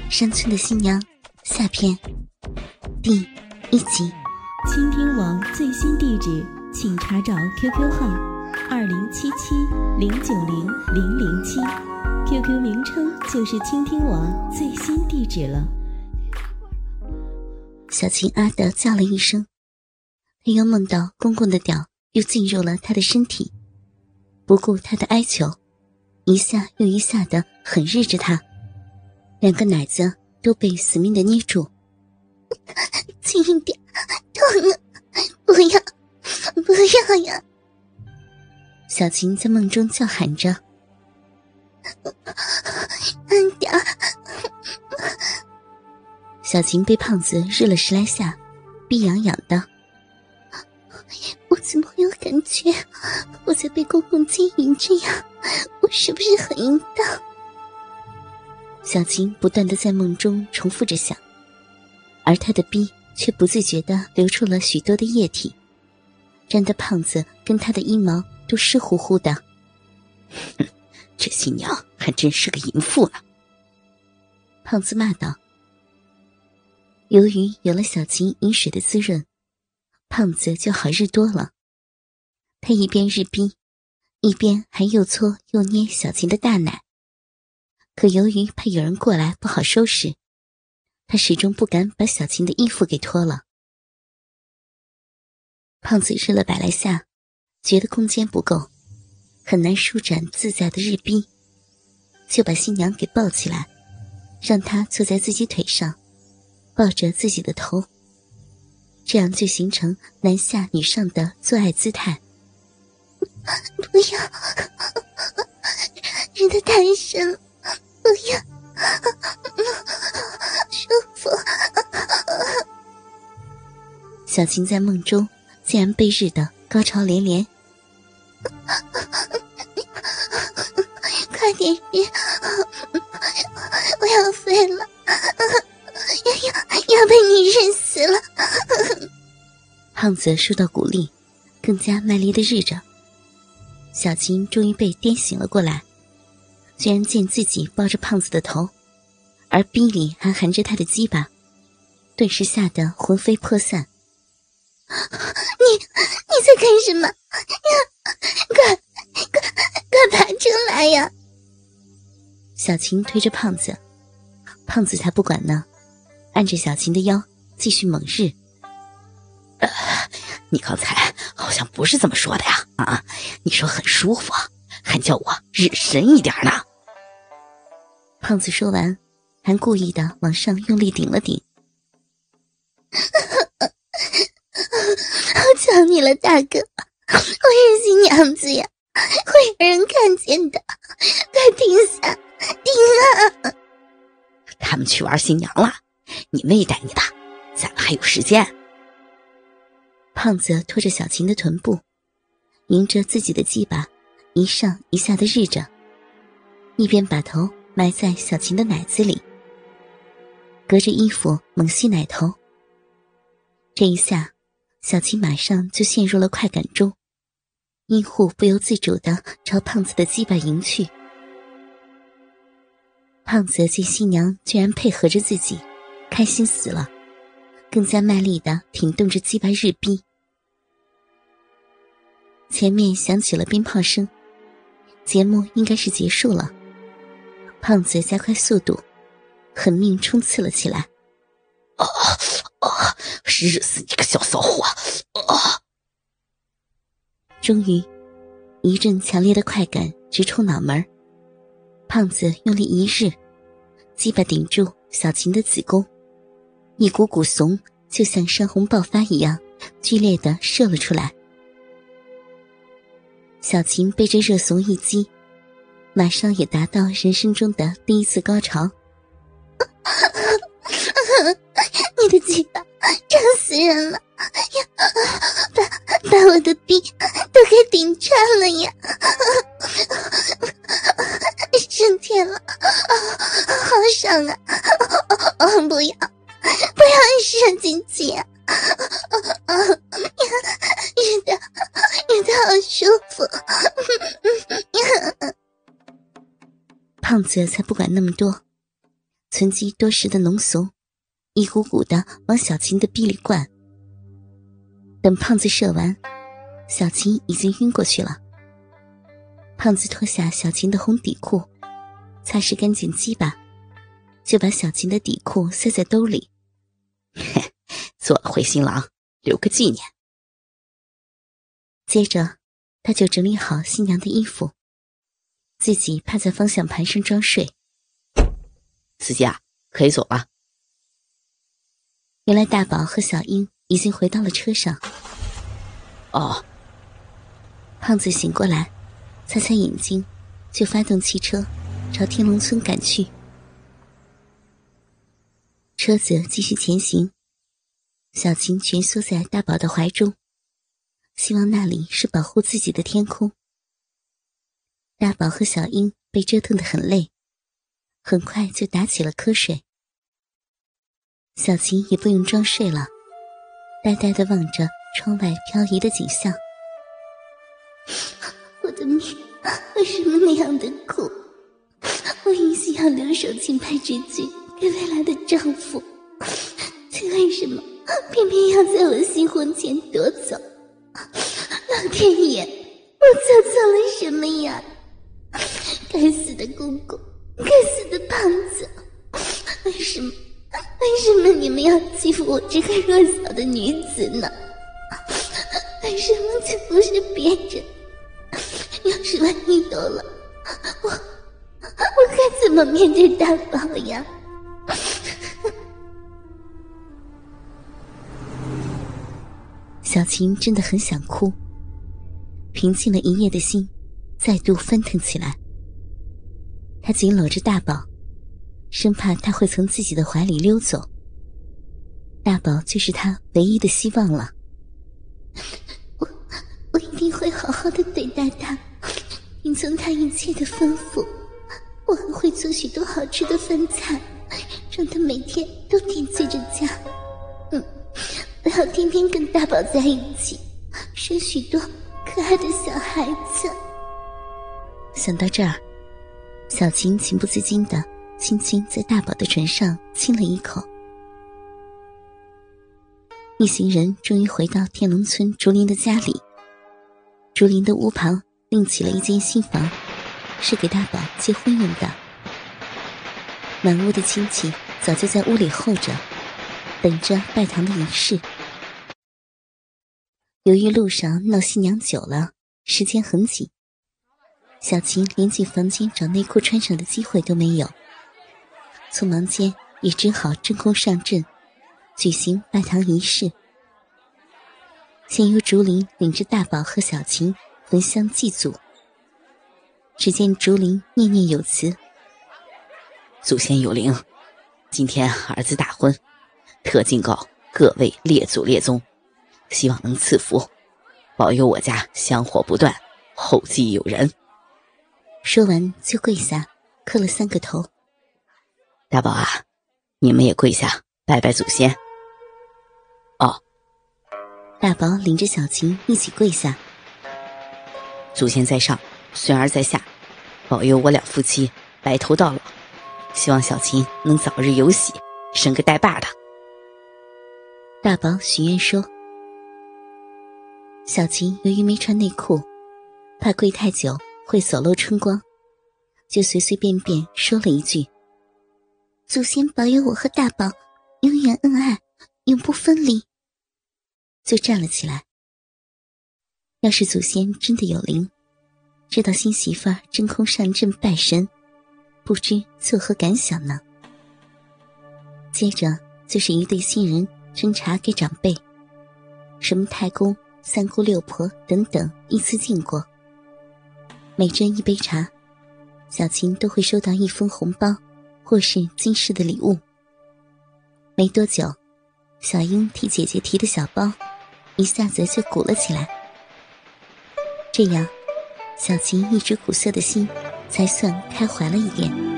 山村的新娘下篇第1集。 倾听网最新地址，请查找 QQ 号2077090007，QQ 名称就是倾听网最新地址了。 小琴啊的叫了一声，她又梦到公公的屌又进入了她的身体，不顾她的哀求，一下又一下的狠日着她，两个奶子都被死命的捏住。轻一点，痛啊！不要，不要呀！小琴在梦中叫喊着：“慢点。”小琴被胖子日了10来下，逼痒痒的。我怎么会有感觉？我在被公公经营这样，我是不是很淫荡？小琴不断地在梦中重复着想，而她的逼却不自觉地流出了许多的液体，沾得胖子跟她的阴毛都湿乎乎的。 哼，这新娘还真是个淫妇呢。 胖子骂道。由于有了小琴饮水的滋润，胖子就好日多了。他一边日逼，一边还又搓又捏小琴的大奶。可由于怕有人过来不好收拾，他始终不敢把小琴的衣服给脱了。胖子日了100来下，觉得空间不够，很难舒展自在的日逼，就把新娘给抱起来，让她坐在自己腿上，抱着自己的头，这样就形成男下女上的做爱姿态。不要，日得太深了，不要，舒服。小琴在梦中竟然被日得高潮连连。快点日，我要飞了，要被你日死了。胖子受到鼓励，更加卖力地日着。小琴终于被颠醒了过来，居然见自己抱着胖子的头，而逼里还含着他的鸡巴，顿时吓得魂飞魄散。你在干什么呀？快爬出来呀！小琴推着胖子，胖子才不管呢，按着小琴的腰继续猛日。 你刚才好像不是这么说的呀？啊，你说很舒服，还叫我日深一点呢。 胖子说完，还故意的往上用力顶了顶。我求你了，大哥，我是新娘子呀，会有人看见的，快停下，停啊！ 他们去玩新娘了，你妹带你的，咱们还有时间。 胖子拖着小琴的臀部，迎着自己的鸡巴一上一下的日着，一边把头埋在小琴的奶子里，隔着衣服猛吸奶头。这一下，小琴马上就陷入了快感中，阴户不由自主地朝胖子的鸡巴迎去。胖子见新娘居然配合着自己，开心死了，更加卖力地挺动着鸡巴日逼。前面响起了鞭炮声，节目应该是结束了。胖子加快速度，狠命冲刺了起来。 日死你个小骚货！ 终于，一阵强烈的快感直冲脑门，胖子用力一日，鸡巴顶住小琴的子宫，一股股怂就像山洪爆发一样剧烈地射了出来。小琴被这热怂一击，马上也达到人生中的第一次高潮。你的鸡巴胀死人了呀！把我的逼都给顶穿了呀！升天了，好爽啊！不要射进去啊！日得好舒服。胖子才不管那么多， 存积多时的浓俗一股股的往小琴的逼里灌。等胖子射完，小琴已经晕过去了。胖子脱下小琴的红底裤，擦拭干净鸡巴，就把小琴的底裤塞在兜里。 做了回新郎，留个纪念。 接着他就整理好新娘的衣服，自己趴在方向盘上装睡。 司机啊，可以走了。 原来大宝和小英已经回到了车上。 哦。 胖子醒过来，擦擦眼睛，就发动汽车朝天龙村赶去。车子继续前行，小琴蜷缩在大宝的怀中，希望那里是保护自己的天空。大宝和小英被折腾得很累，很快就打起了瞌睡。小琴也不用装睡了，呆呆地望着窗外飘移的景象。我的命为什么那样的苦？我应需要留守钦派之君给未来的丈夫，却为什么偏偏要在我新婚前夺走？老天爷，我做错了什么呀？该死的公公，该死的胖子，为什么你们要欺负我这个弱小的女子呢？为什么就不是别人？要是万一有了我该怎么面对大宝呀？小琴真的很想哭，平静了一夜的心再度翻腾起来。她紧搂着大宝，生怕他会从自己的怀里溜走。大宝就是她唯一的希望了。我一定会好好的对待他，听从他一切的吩咐。我还会做许多好吃的饭菜，让他每天都点缀着家。我要天天跟大宝在一起，生许多可爱的小孩子。想到这儿，小琴情不自禁地轻轻在大宝的唇上亲了一口。一行人终于回到天龙村竹林的家里。竹林的屋旁另起了一间新房，是给大宝结婚用的。满屋的亲戚早就在屋里候着，等着拜堂的仪式。由于路上闹新娘久了，时间很紧，小琴连进房间找内裤穿上的机会都没有，匆忙间也只好真空上阵，举行拜堂仪式。先由竹林领着大宝和小琴焚香祭祖。只见竹林念念有词： 祖先有灵，今天儿子大婚，特敬告各位列祖列宗，希望能赐福，保佑我家香火不断，后继有人。 说完就跪下磕了3个头。 大宝啊，你们也跪下拜拜祖先。哦。 大宝领着小琴一起跪下。 祖先在上，孙儿在下，保佑我俩夫妻白头到老，希望小琴能早日有喜，生个带把的。 大宝许愿说。小琴由于没穿内裤，怕跪太久会走漏春光，就随随便便说了一句：祖先保佑我和大宝永远恩爱，永不分离。就站了起来。要是祖先真的有灵，知道新媳妇儿真空上阵拜神，不知作何感想呢？接着就是一对新人斟茶给长辈，什么太公、三姑六婆等等依次敬过。每斟一杯茶，小琴都会收到一封红包或是金饰的礼物。没多久，小英替姐姐提的小包一下子就鼓了起来。这样，小琴一直苦涩的心才算开怀了一点。